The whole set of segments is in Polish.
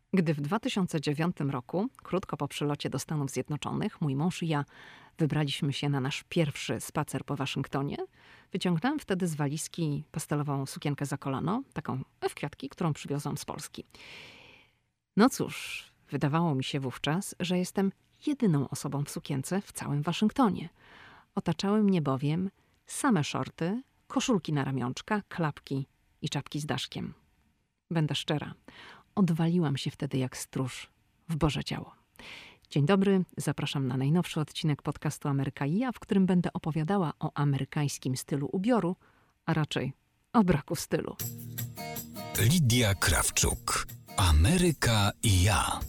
Gdy w 2009 roku, krótko po przylocie do Stanów Zjednoczonych, mój mąż i ja wybraliśmy się na nasz pierwszy spacer po Waszyngtonie, wyciągnąłem wtedy z walizki pastelową sukienkę za kolano, taką w kwiatki, którą przywiozłam z Polski. No cóż, wydawało mi się wówczas, że jestem jedyną osobą w sukience w całym Waszyngtonie. Otaczały mnie bowiem same szorty, koszulki na ramionczka, klapki i czapki z daszkiem. Będę szczera, odwaliłam się wtedy jak stróż w Boże ciało. Dzień dobry, zapraszam na najnowszy odcinek podcastu Ameryka i ja, w którym będę opowiadała o amerykańskim stylu ubioru, a raczej o braku stylu. Lidia Krawczuk. Ameryka i ja.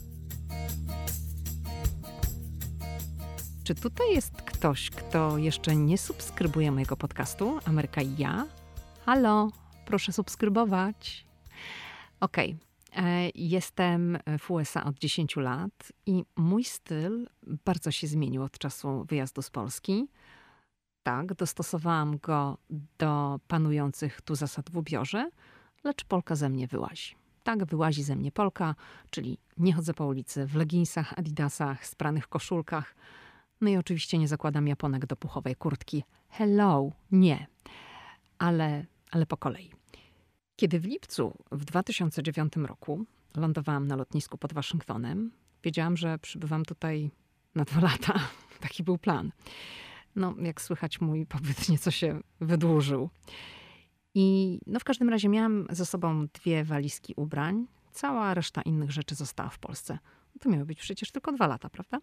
Czy tutaj jest ktoś, kto jeszcze nie subskrybuje mojego podcastu Ameryka i ja? Halo, proszę subskrybować. Okej. Jestem w USA od 10 lat i mój styl bardzo się zmienił od czasu wyjazdu z Polski. Tak, dostosowałam go do panujących tu zasad w ubiorze, lecz Polka ze mnie wyłazi. Tak, wyłazi ze mnie Polka, czyli nie chodzę po ulicy w leginsach, adidasach, spranych koszulkach. No i oczywiście nie zakładam japonek do puchowej kurtki. Hello, nie. Ale po kolei. Kiedy w lipcu w 2009 roku lądowałam na lotnisku pod Waszyngtonem, wiedziałam, że przybywam tutaj na 2 lata. Taki był plan. No, jak słychać, mój pobyt nieco się wydłużył. I w każdym razie miałam ze sobą 2 walizki ubrań. Cała reszta innych rzeczy została w Polsce. To miały być przecież tylko 2 lata, prawda?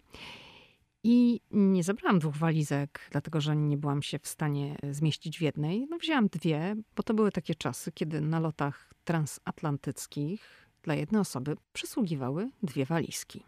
I nie zabrałam 2 walizek, dlatego że nie byłam się w stanie zmieścić w jednej. Wzięłam 2, bo to były takie czasy, kiedy na lotach transatlantyckich dla jednej osoby przysługiwały 2 walizki.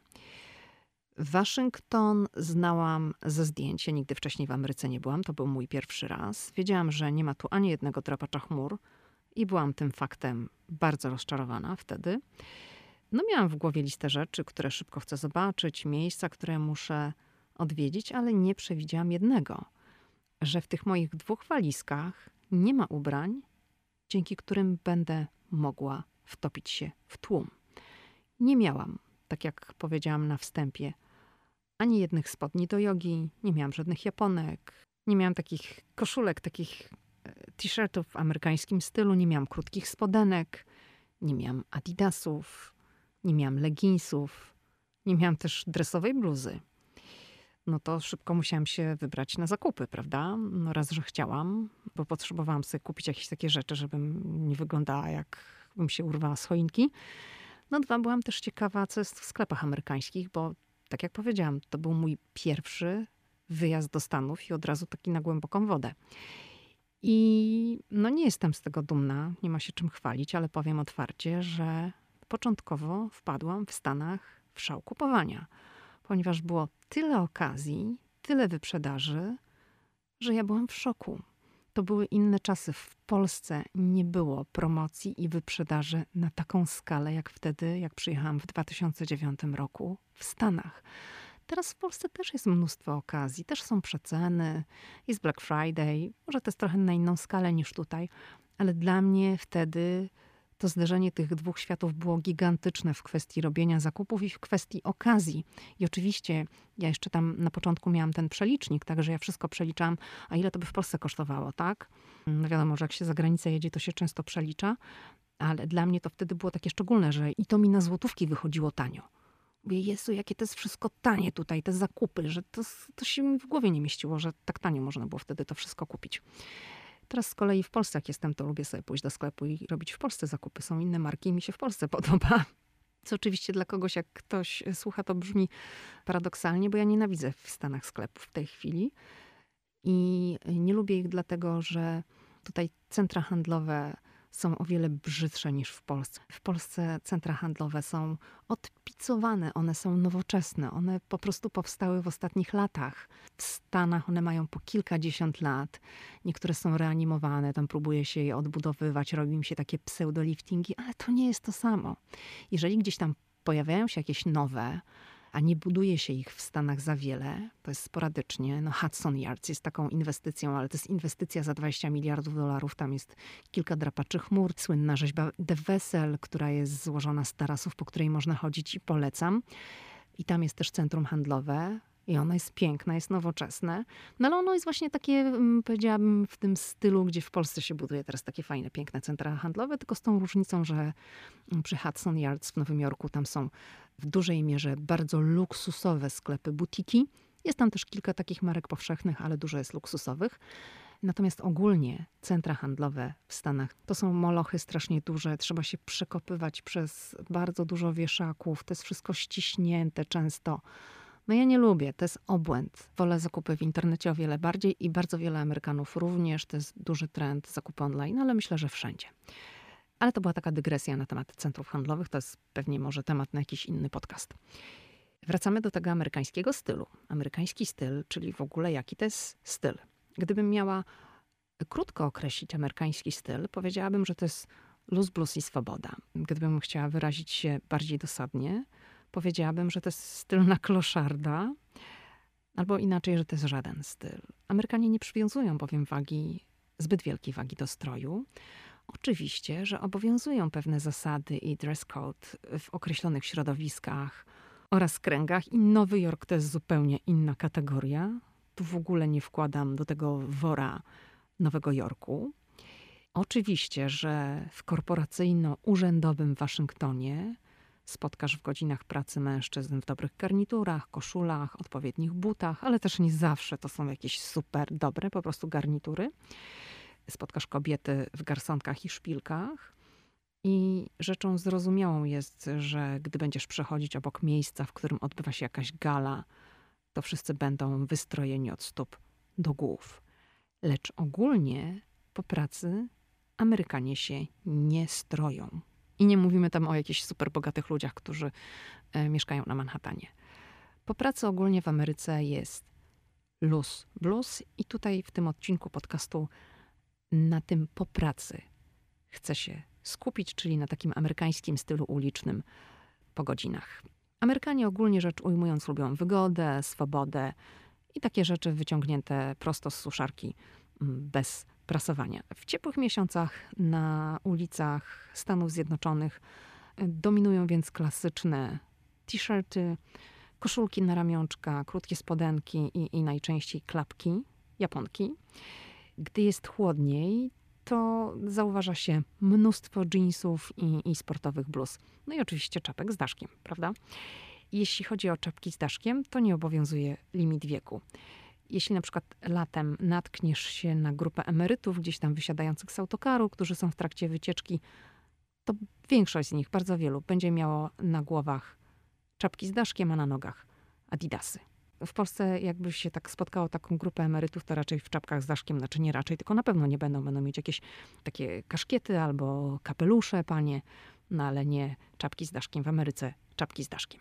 Waszyngton znałam ze zdjęć. Ja nigdy wcześniej w Ameryce nie byłam. To był mój pierwszy raz. Wiedziałam, że nie ma tu ani jednego drapacza chmur i byłam tym faktem bardzo rozczarowana wtedy. Miałam w głowie listę rzeczy, które szybko chcę zobaczyć, miejsca, które muszę odwiedzić, ale nie przewidziałam jednego, że w tych moich 2 walizkach nie ma ubrań, dzięki którym będę mogła wtopić się w tłum. Nie miałam, tak jak powiedziałam na wstępie, ani jednych spodni do jogi, nie miałam żadnych japonek, nie miałam takich koszulek, takich t-shirtów w amerykańskim stylu, nie miałam krótkich spodenek, nie miałam adidasów, nie miałam leginsów, nie miałam też dresowej bluzy. To szybko musiałam się wybrać na zakupy, prawda? Raz, że chciałam, bo potrzebowałam sobie kupić jakieś takie rzeczy, żebym nie wyglądała jakbym się urwała z choinki. 2, byłam też ciekawa, co jest w sklepach amerykańskich, bo tak jak powiedziałam, to był mój pierwszy wyjazd do Stanów i od razu taki na głęboką wodę. I nie jestem z tego dumna, nie ma się czym chwalić, ale powiem otwarcie, że początkowo wpadłam w Stanach w szał kupowania, ponieważ było tyle okazji, tyle wyprzedaży, że ja byłam w szoku. To były inne czasy. W Polsce nie było promocji i wyprzedaży na taką skalę, jak wtedy, jak przyjechałam w 2009 roku w Stanach. Teraz w Polsce też jest mnóstwo okazji, też są przeceny, jest Black Friday, może to jest trochę na inną skalę niż tutaj, ale dla mnie wtedy to zderzenie tych 2 światów było gigantyczne w kwestii robienia zakupów i w kwestii okazji. I oczywiście ja jeszcze tam na początku miałam ten przelicznik, także ja wszystko przeliczałam, a ile to by w Polsce kosztowało, tak? Wiadomo, że jak się za granicę jedzie, to się często przelicza, ale dla mnie to wtedy było takie szczególne, że i to mi na złotówki wychodziło tanio. Mówię, Jezu, jakie to jest wszystko tanie tutaj, te zakupy, że to się mi w głowie nie mieściło, że tak tanio można było wtedy to wszystko kupić. Teraz z kolei w Polsce, jak jestem, to lubię sobie pójść do sklepu i robić w Polsce zakupy. Są inne marki i mi się w Polsce podoba. Co oczywiście dla kogoś, jak ktoś słucha, to brzmi paradoksalnie, bo ja nienawidzę w Stanach sklepów w tej chwili. I nie lubię ich dlatego, że tutaj centra handlowe są o wiele brzydsze niż w Polsce. W Polsce centra handlowe są odpicowane, one są nowoczesne, one po prostu powstały w ostatnich latach. W Stanach one mają po kilkadziesiąt lat, niektóre są reanimowane, tam próbuje się je odbudowywać, robi im się takie pseudoliftingi, ale to nie jest to samo. Jeżeli gdzieś tam pojawiają się jakieś nowe, a nie buduje się ich w Stanach za wiele, to jest sporadycznie. No Hudson Yards jest taką inwestycją, ale to jest inwestycja za $20 miliardów. Tam jest kilka drapaczy chmur, słynna rzeźba De Wessel, która jest złożona z tarasów, po której można chodzić i polecam. I tam jest też centrum handlowe. I ono jest piękne, jest nowoczesne. No ale ono jest właśnie takie, powiedziałabym, w tym stylu, gdzie w Polsce się buduje teraz takie fajne, piękne centra handlowe, tylko z tą różnicą, że przy Hudson Yards w Nowym Jorku tam są w dużej mierze bardzo luksusowe sklepy, butiki. Jest tam też kilka takich marek powszechnych, ale dużo jest luksusowych. Natomiast ogólnie centra handlowe w Stanach to są molochy strasznie duże. Trzeba się przekopywać przez bardzo dużo wieszaków. To jest wszystko ściśnięte często. No ja nie lubię, to jest obłęd. Wolę zakupy w internecie o wiele bardziej i bardzo wiele Amerykanów również. To jest duży trend zakupy online, ale myślę, że wszędzie. Ale to była taka dygresja na temat centrów handlowych. To jest pewnie może temat na jakiś inny podcast. Wracamy do tego amerykańskiego stylu. Amerykański styl, czyli w ogóle jaki to jest styl. Gdybym miała krótko określić amerykański styl, powiedziałabym, że to jest luz, blues i swoboda. Gdybym chciała wyrazić się bardziej dosadnie, powiedziałabym, że to jest styl na kloszarda, albo inaczej, że to jest żaden styl. Amerykanie nie przywiązują bowiem zbyt wielkiej wagi do stroju. Oczywiście, że obowiązują pewne zasady i dress code w określonych środowiskach oraz kręgach i Nowy Jork to jest zupełnie inna kategoria. Tu w ogóle nie wkładam do tego wora Nowego Jorku. Oczywiście, że w korporacyjno-urzędowym Waszyngtonie spotkasz w godzinach pracy mężczyzn w dobrych garniturach, koszulach, odpowiednich butach, ale też nie zawsze to są jakieś super dobre po prostu garnitury. Spotkasz kobiety w garsonkach i szpilkach. I rzeczą zrozumiałą jest, że gdy będziesz przechodzić obok miejsca, w którym odbywa się jakaś gala, to wszyscy będą wystrojeni od stóp do głów. Lecz ogólnie po pracy Amerykanie się nie stroją. I nie mówimy tam o jakichś super bogatych ludziach, którzy mieszkają na Manhattanie. Po pracy ogólnie w Ameryce jest luz, blues i tutaj w tym odcinku podcastu na tym po pracy chcę się skupić, czyli na takim amerykańskim stylu ulicznym po godzinach. Amerykanie ogólnie rzecz ujmując lubią wygodę, swobodę i takie rzeczy wyciągnięte prosto z suszarki bez prasowania. W ciepłych miesiącach na ulicach Stanów Zjednoczonych dominują więc klasyczne t-shirty, koszulki na ramionczka, krótkie spodenki i najczęściej klapki, japonki. Gdy jest chłodniej, to zauważa się mnóstwo jeansów i sportowych bluz. No i oczywiście czapek z daszkiem, prawda? Jeśli chodzi o czapki z daszkiem, to nie obowiązuje limit wieku. Jeśli na przykład latem natkniesz się na grupę emerytów gdzieś tam wysiadających z autokaru, którzy są w trakcie wycieczki, to większość z nich, bardzo wielu, będzie miało na głowach czapki z daszkiem, a na nogach adidasy. W Polsce jakby się tak spotkało taką grupę emerytów, to raczej w czapkach z daszkiem, znaczy nie raczej, tylko na pewno nie będą mieć jakieś takie kaszkiety albo kapelusze, panie, no ale nie czapki z daszkiem. W Ameryce czapki z daszkiem.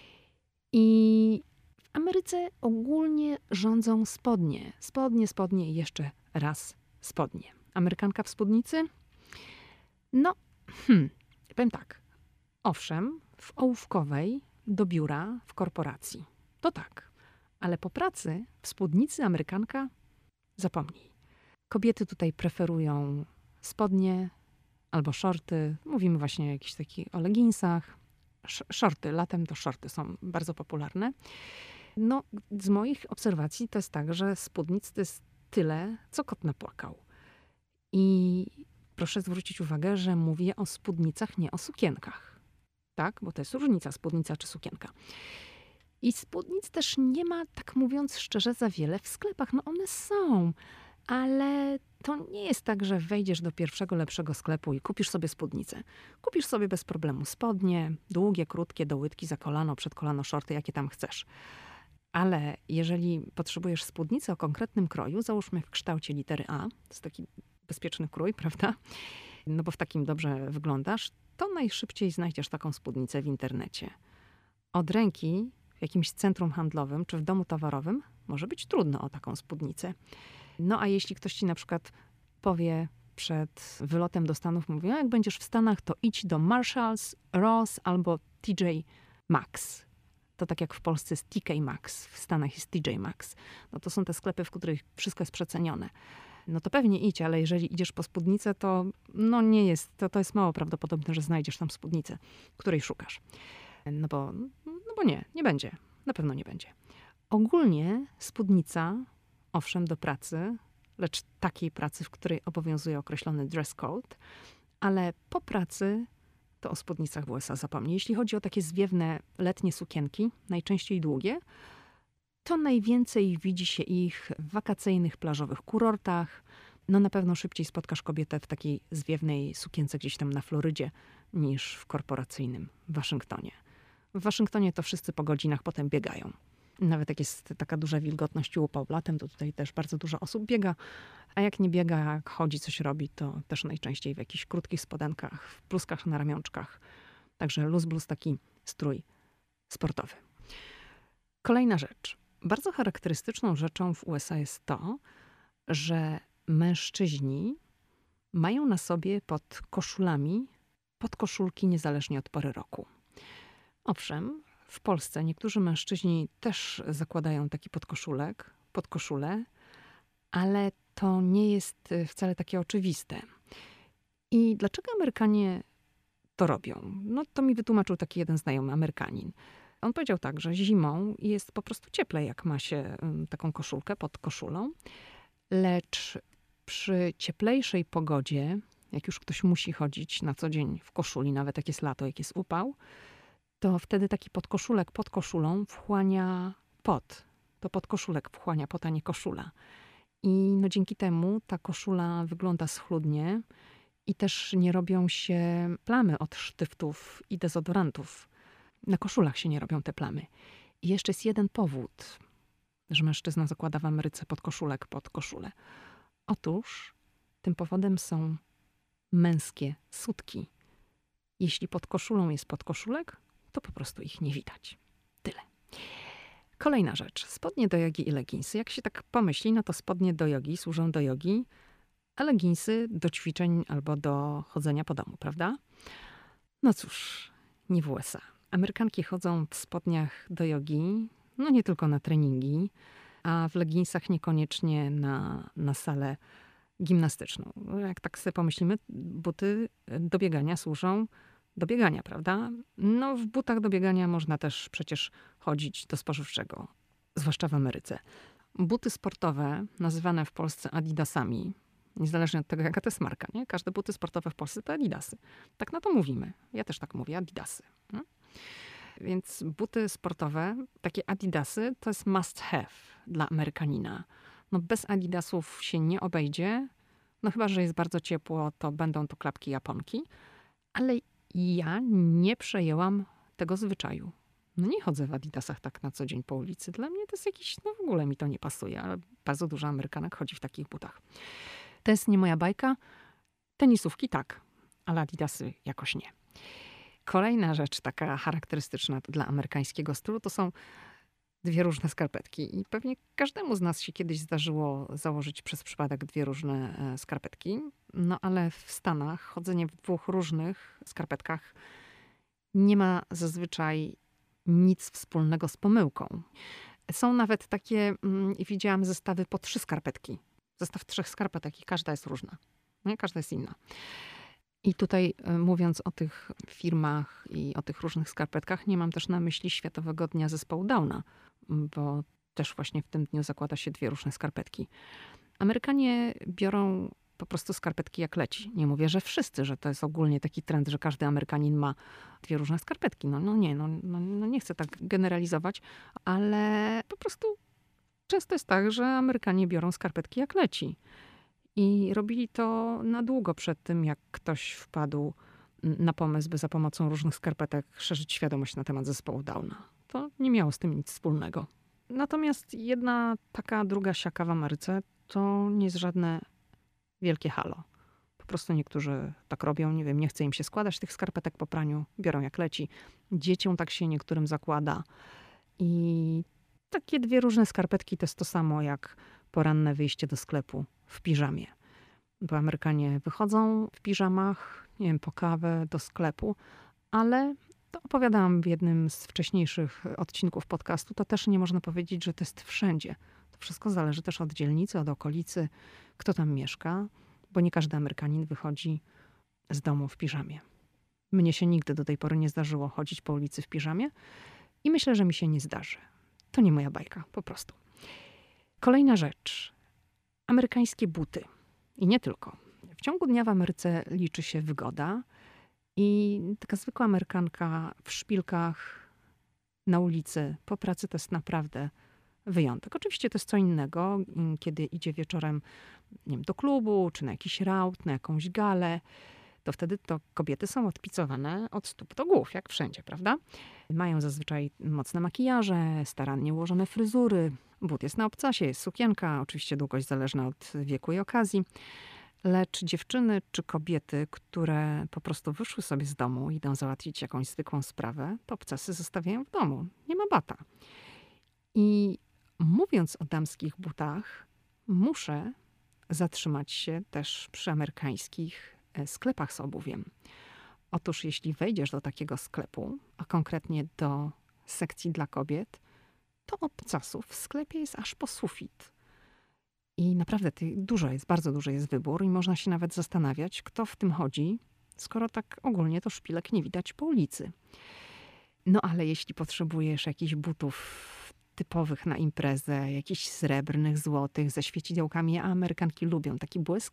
I w Ameryce ogólnie rządzą spodnie. Spodnie i jeszcze raz spodnie. Amerykanka w spódnicy? No, powiem tak. Owszem, w ołówkowej do biura w korporacji. To tak. Ale po pracy w spódnicy Amerykanka? Zapomnij. Kobiety tutaj preferują spodnie albo shorty. Mówimy właśnie o jakichś takich o leginsach. Shorty, latem to shorty są bardzo popularne. No, z moich obserwacji to jest tak, że spódnic to jest tyle, co kot napłakał. I proszę zwrócić uwagę, że mówię o spódnicach, nie o sukienkach. Tak? Bo to jest różnica, spódnica czy sukienka. I spódnic też nie ma, tak mówiąc szczerze, za wiele w sklepach. No one są, ale to nie jest tak, że wejdziesz do pierwszego lepszego sklepu i kupisz sobie spódnicę. Kupisz sobie bez problemu spodnie, długie, krótkie, do łydki, za kolano, przed kolano, shorty, jakie tam chcesz. Ale jeżeli potrzebujesz spódnicy o konkretnym kroju, załóżmy w kształcie litery A, to jest taki bezpieczny krój, prawda? No bo w takim dobrze wyglądasz, to najszybciej znajdziesz taką spódnicę w internecie. Od ręki w jakimś centrum handlowym czy w domu towarowym może być trudno o taką spódnicę. No a jeśli ktoś ci na przykład powie przed wylotem do Stanów, mówi, jak będziesz w Stanach, to idź do Marshalls, Ross albo TJ Maxx. to tak jak w Polsce jest TK Maxx, w Stanach jest TJ Maxx. No to są te sklepy, w których wszystko jest przecenione. No to pewnie idź, ale jeżeli idziesz po spódnicę, to no nie jest, to jest mało prawdopodobne, że znajdziesz tam spódnicę, której szukasz. No bo nie będzie. Na pewno nie będzie. Ogólnie spódnica, owszem, do pracy, lecz takiej pracy, w której obowiązuje określony dress code, ale po pracy to o spódnicach w USA zapomnij. Jeśli chodzi o takie zwiewne letnie sukienki, najczęściej długie, to najwięcej widzi się ich w wakacyjnych, plażowych kurortach. No na pewno szybciej spotkasz kobietę w takiej zwiewnej sukience gdzieś tam na Florydzie niż w korporacyjnym Waszyngtonie. W Waszyngtonie to wszyscy po godzinach potem biegają. Nawet jak jest taka duża wilgotność i upał latem, to tutaj też bardzo dużo osób biega. A jak nie biega, jak chodzi, coś robi, to też najczęściej w jakichś krótkich spodenkach, w bluzkach na ramionczkach. Także luz bluz, taki strój sportowy. Kolejna rzecz. Bardzo charakterystyczną rzeczą w USA jest to, że mężczyźni mają na sobie pod koszulami podkoszulki niezależnie od pory roku. Owszem, w Polsce niektórzy mężczyźni też zakładają taki podkoszulę, ale to nie jest wcale takie oczywiste. I dlaczego Amerykanie to robią? No to mi wytłumaczył taki jeden znajomy Amerykanin. On powiedział tak, że zimą jest po prostu cieplej, jak ma się taką koszulkę pod koszulą, lecz przy cieplejszej pogodzie, jak już ktoś musi chodzić na co dzień w koszuli, nawet jak jest lato, jak jest upał, to wtedy taki podkoszulek pod koszulą wchłania pot. To podkoszulek wchłania pot, a nie koszula. I no dzięki temu ta koszula wygląda schludnie i też nie robią się plamy od sztyftów i dezodorantów. Na koszulach się nie robią te plamy. I jeszcze jest jeden powód, że mężczyzna zakłada w Ameryce podkoszulek pod koszulę. Otóż tym powodem są męskie sutki. Jeśli pod koszulą jest podkoszulek, to po prostu ich nie widać. Tyle. Kolejna rzecz. Spodnie do jogi i leginsy. Jak się tak pomyśli, no to spodnie do jogi służą do jogi, a leginsy do ćwiczeń albo do chodzenia po domu, prawda? No cóż, nie w USA. Amerykanki chodzą w spodniach do jogi, no nie tylko na treningi, a w leginsach niekoniecznie na salę gimnastyczną. Jak tak sobie pomyślimy, buty do biegania służą do biegania, prawda? No w butach do biegania można też przecież chodzić do spożywczego, zwłaszcza w Ameryce. Buty sportowe, nazywane w Polsce adidasami, niezależnie od tego, jaka to jest marka, nie? Każde buty sportowe w Polsce to adidasy. Tak na to mówimy. Ja też tak mówię, adidasy. Nie? Więc buty sportowe, takie adidasy, to jest must have dla Amerykanina. No bez adidasów się nie obejdzie. No chyba, że jest bardzo ciepło, to będą to klapki japonki. Ale ja nie przejęłam tego zwyczaju. No nie chodzę w adidasach tak na co dzień po ulicy. Dla mnie to jest jakiś, no w ogóle mi to nie pasuje, ale bardzo dużo Amerykanek chodzi w takich butach. To jest nie moja bajka. Tenisówki tak, ale adidasy jakoś nie. Kolejna rzecz taka charakterystyczna dla amerykańskiego stylu to są dwie różne skarpetki. I pewnie każdemu z nas się kiedyś zdarzyło założyć przez przypadek dwie różne skarpetki. No ale w Stanach chodzenie w dwóch różnych skarpetkach nie ma zazwyczaj nic wspólnego z pomyłką. Są nawet takie, widziałam zestawy po 3 skarpetki. Zestaw 3 skarpetek i każda jest różna. Nie? Każda jest inna. I tutaj mówiąc o tych firmach i o tych różnych skarpetkach, nie mam też na myśli Światowego Dnia Zespołu Downa, bo też właśnie w tym dniu zakłada się dwie różne skarpetki. Amerykanie biorą po prostu skarpetki jak leci. Nie mówię, że wszyscy, że to jest ogólnie taki trend, że każdy Amerykanin ma dwie różne skarpetki. No nie chcę tak generalizować, ale po prostu często jest tak, że Amerykanie biorą skarpetki jak leci. I robili to na długo przed tym, jak ktoś wpadł na pomysł, by za pomocą różnych skarpetek szerzyć świadomość na temat zespołu Downa. To nie miało z tym nic wspólnego. Natomiast jedna taka druga siaka w Ameryce to nie jest żadne wielkie halo. Po prostu niektórzy tak robią, nie wiem, nie chce im się składać tych skarpetek po praniu, biorą jak leci. Dzieciom tak się niektórym zakłada. I takie dwie różne skarpetki to jest to samo jak poranne wyjście do sklepu w piżamie. Bo Amerykanie wychodzą w piżamach, nie wiem, po kawę do sklepu, ale To opowiadałam w jednym z wcześniejszych odcinków podcastu. To też nie można powiedzieć, że to jest wszędzie. To wszystko zależy też od dzielnicy, od okolicy, kto tam mieszka, bo nie każdy Amerykanin wychodzi z domu w piżamie. Mnie się nigdy do tej pory nie zdarzyło chodzić po ulicy w piżamie i myślę, że mi się nie zdarzy. To nie moja bajka, po prostu. Kolejna rzecz. Amerykańskie buty. I nie tylko. W ciągu dnia w Ameryce liczy się wygoda i taka zwykła Amerykanka w szpilkach na ulicy po pracy to jest naprawdę wyjątek. Oczywiście to jest co innego, kiedy idzie wieczorem, nie wiem, do klubu, czy na jakiś raut, na jakąś galę. To wtedy to kobiety są odpicowane od stóp do głów, jak wszędzie, prawda? Mają zazwyczaj mocne makijaże, starannie ułożone fryzury. But jest na obcasie, jest sukienka, oczywiście długość zależna od wieku i okazji. Lecz dziewczyny czy kobiety, które po prostu wyszły sobie z domu i idą załatwić jakąś zwykłą sprawę, to obcasy zostawiają w domu. Nie ma bata. I mówiąc o damskich butach, muszę zatrzymać się też przy amerykańskich sklepach z obuwiem. Otóż jeśli wejdziesz do takiego sklepu, a konkretnie do sekcji dla kobiet, to obcasów w sklepie jest aż po sufit. I naprawdę bardzo duży jest wybór i można się nawet zastanawiać, kto w tym chodzi, skoro tak ogólnie to szpilek nie widać po ulicy. No ale jeśli potrzebujesz jakichś butów typowych na imprezę, jakichś srebrnych, złotych, ze świecidełkami, a Amerykanki lubią taki błysk,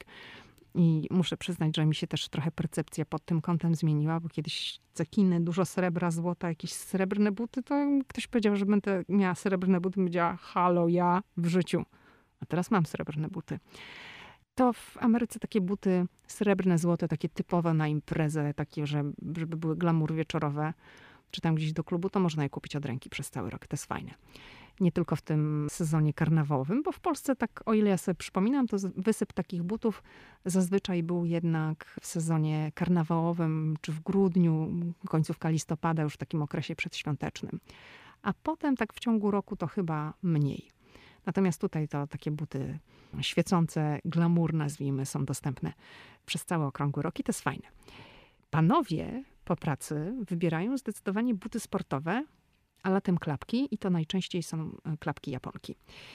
i muszę przyznać, że mi się też trochę percepcja pod tym kątem zmieniła, bo kiedyś cekiny, dużo srebra, złota, jakieś srebrne buty, to ktoś powiedział, że będę miała srebrne buty, powiedziała, halo, ja w życiu. A teraz mam srebrne buty. To w Ameryce takie buty srebrne, złote, takie typowe na imprezę, takie, żeby były glamour wieczorowe, czy tam gdzieś do klubu, to można je kupić od ręki przez cały rok. To jest fajne. Nie tylko w tym sezonie karnawałowym, bo w Polsce, tak o ile ja sobie przypominam, to wysyp takich butów zazwyczaj był jednak w sezonie karnawałowym, czy w grudniu, końcówka listopada, już w takim okresie przedświątecznym. A potem tak w ciągu roku to chyba mniej. Natomiast tutaj to takie buty świecące, glamour nazwijmy, są dostępne przez cały okrągły rok i to jest fajne. Panowie po pracy wybierają zdecydowanie buty sportowe, a latem klapki i to najczęściej są klapki Japonki.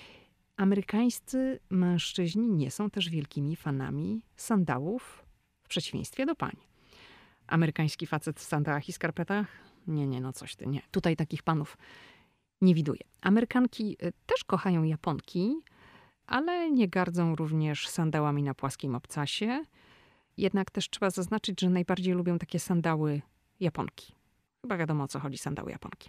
Amerykańscy mężczyźni nie są też wielkimi fanami sandałów, w przeciwieństwie do pań. Amerykański facet w sandałach i skarpetach? Nie, no coś ty, nie. Tutaj takich panów nie widuję. Amerykanki też kochają Japonki, ale nie gardzą również sandałami na płaskim obcasie. Jednak też trzeba zaznaczyć, że najbardziej lubią takie sandały Japonki. Chyba wiadomo, o co chodzi, sandały Japonki.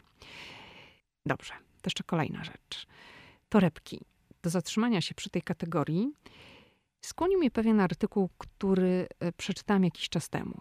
Dobrze, to jeszcze kolejna rzecz. Torebki. Do zatrzymania się przy tej kategorii skłonił mnie pewien artykuł, który przeczytałam jakiś czas temu.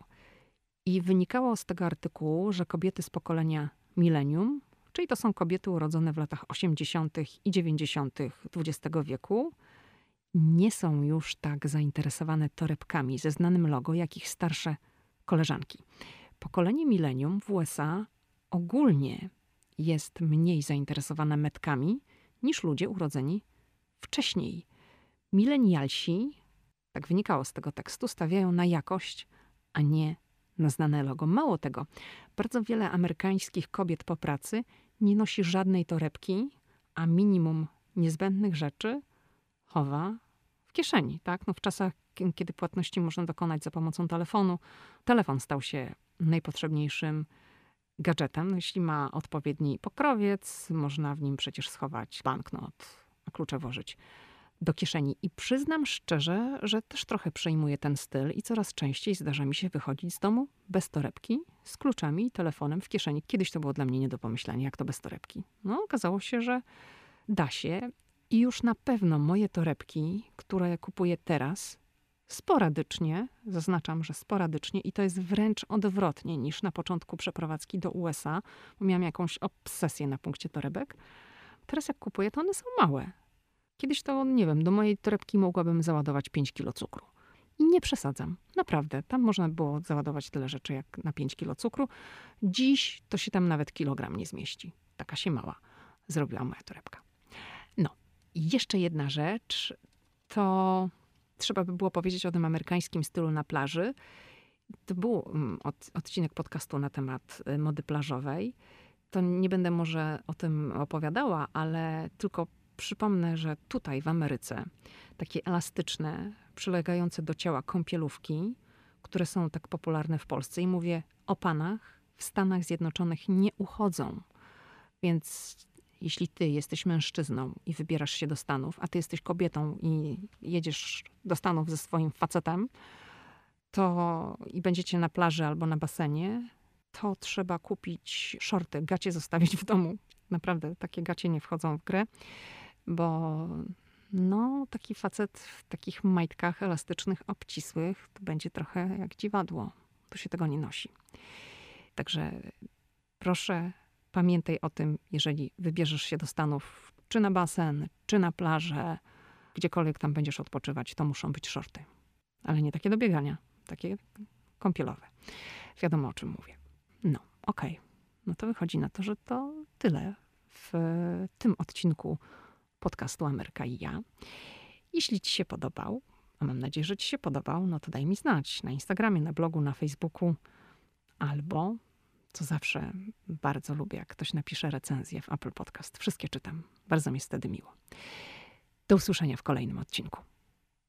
I wynikało z tego artykułu, że kobiety z pokolenia milenium, czyli to są kobiety urodzone w latach 80. i 90. XX wieku, nie są już tak zainteresowane torebkami ze znanym logo, jak ich starsze koleżanki. Pokolenie milenium w USA ogólnie jest mniej zainteresowane metkami niż ludzie urodzeni wcześniej. Milenialsi, tak wynikało z tego tekstu, stawiają na jakość, a nie na znane logo. Mało tego, bardzo wiele amerykańskich kobiet po pracy nie nosi żadnej torebki, a minimum niezbędnych rzeczy chowa w kieszeni. Tak? No w czasach, kiedy płatności można dokonać za pomocą telefonu, telefon stał się najpotrzebniejszym gadżetem. No, jeśli ma odpowiedni pokrowiec, można w nim przecież schować banknot, a klucze włożyć do kieszeni. I przyznam szczerze, że też trochę przejmuję ten styl i coraz częściej zdarza mi się wychodzić z domu bez torebki, z kluczami i telefonem w kieszeni. Kiedyś to było dla mnie nie do pomyślenia, jak to bez torebki. No, okazało się, że da się i już na pewno moje torebki, które kupuję teraz, sporadycznie, zaznaczam, że sporadycznie i to jest wręcz odwrotnie niż na początku przeprowadzki do USA, bo miałam jakąś obsesję na punkcie torebek. Teraz jak kupuję, to one są małe. Kiedyś to, nie wiem, do mojej torebki mogłabym załadować 5 kilo cukru. I nie przesadzam. Naprawdę. Tam można było załadować tyle rzeczy jak na 5 kilo cukru. Dziś to się tam nawet kilogram nie zmieści. Taka się mała zrobiła moja torebka. No. I jeszcze jedna rzecz, to trzeba by było powiedzieć o tym amerykańskim stylu na plaży. To był odcinek podcastu na temat mody plażowej. To nie będę może o tym opowiadała, ale tylko przypomnę, że tutaj w Ameryce takie elastyczne, przylegające do ciała kąpielówki, które są tak popularne w Polsce, i mówię o panach, w Stanach Zjednoczonych nie uchodzą. Więc jeśli ty jesteś mężczyzną i wybierasz się do Stanów, a ty jesteś kobietą i jedziesz do Stanów ze swoim facetem, to i będziecie na plaży albo na basenie, to trzeba kupić shorty, gacie zostawić w domu. Naprawdę, takie gacie nie wchodzą w grę, bo no, taki facet w takich majtkach elastycznych, obcisłych, to będzie trochę jak dziwadło. Tu się tego nie nosi. Także proszę, pamiętaj o tym, jeżeli wybierzesz się do Stanów, czy na basen, czy na plażę, gdziekolwiek tam będziesz odpoczywać, to muszą być shorty. Ale nie takie do biegania, takie kąpielowe. Wiadomo, o czym mówię. No, okej. No to wychodzi na to, że to tyle w tym odcinku podcastu Ameryka i ja. Jeśli ci się podobał, a mam nadzieję, że ci się podobał, no to daj mi znać na Instagramie, na blogu, na Facebooku, albo, co zawsze bardzo lubię, jak ktoś napisze recenzję w Apple Podcast. Wszystkie czytam. Bardzo mi jest wtedy miło. Do usłyszenia w kolejnym odcinku.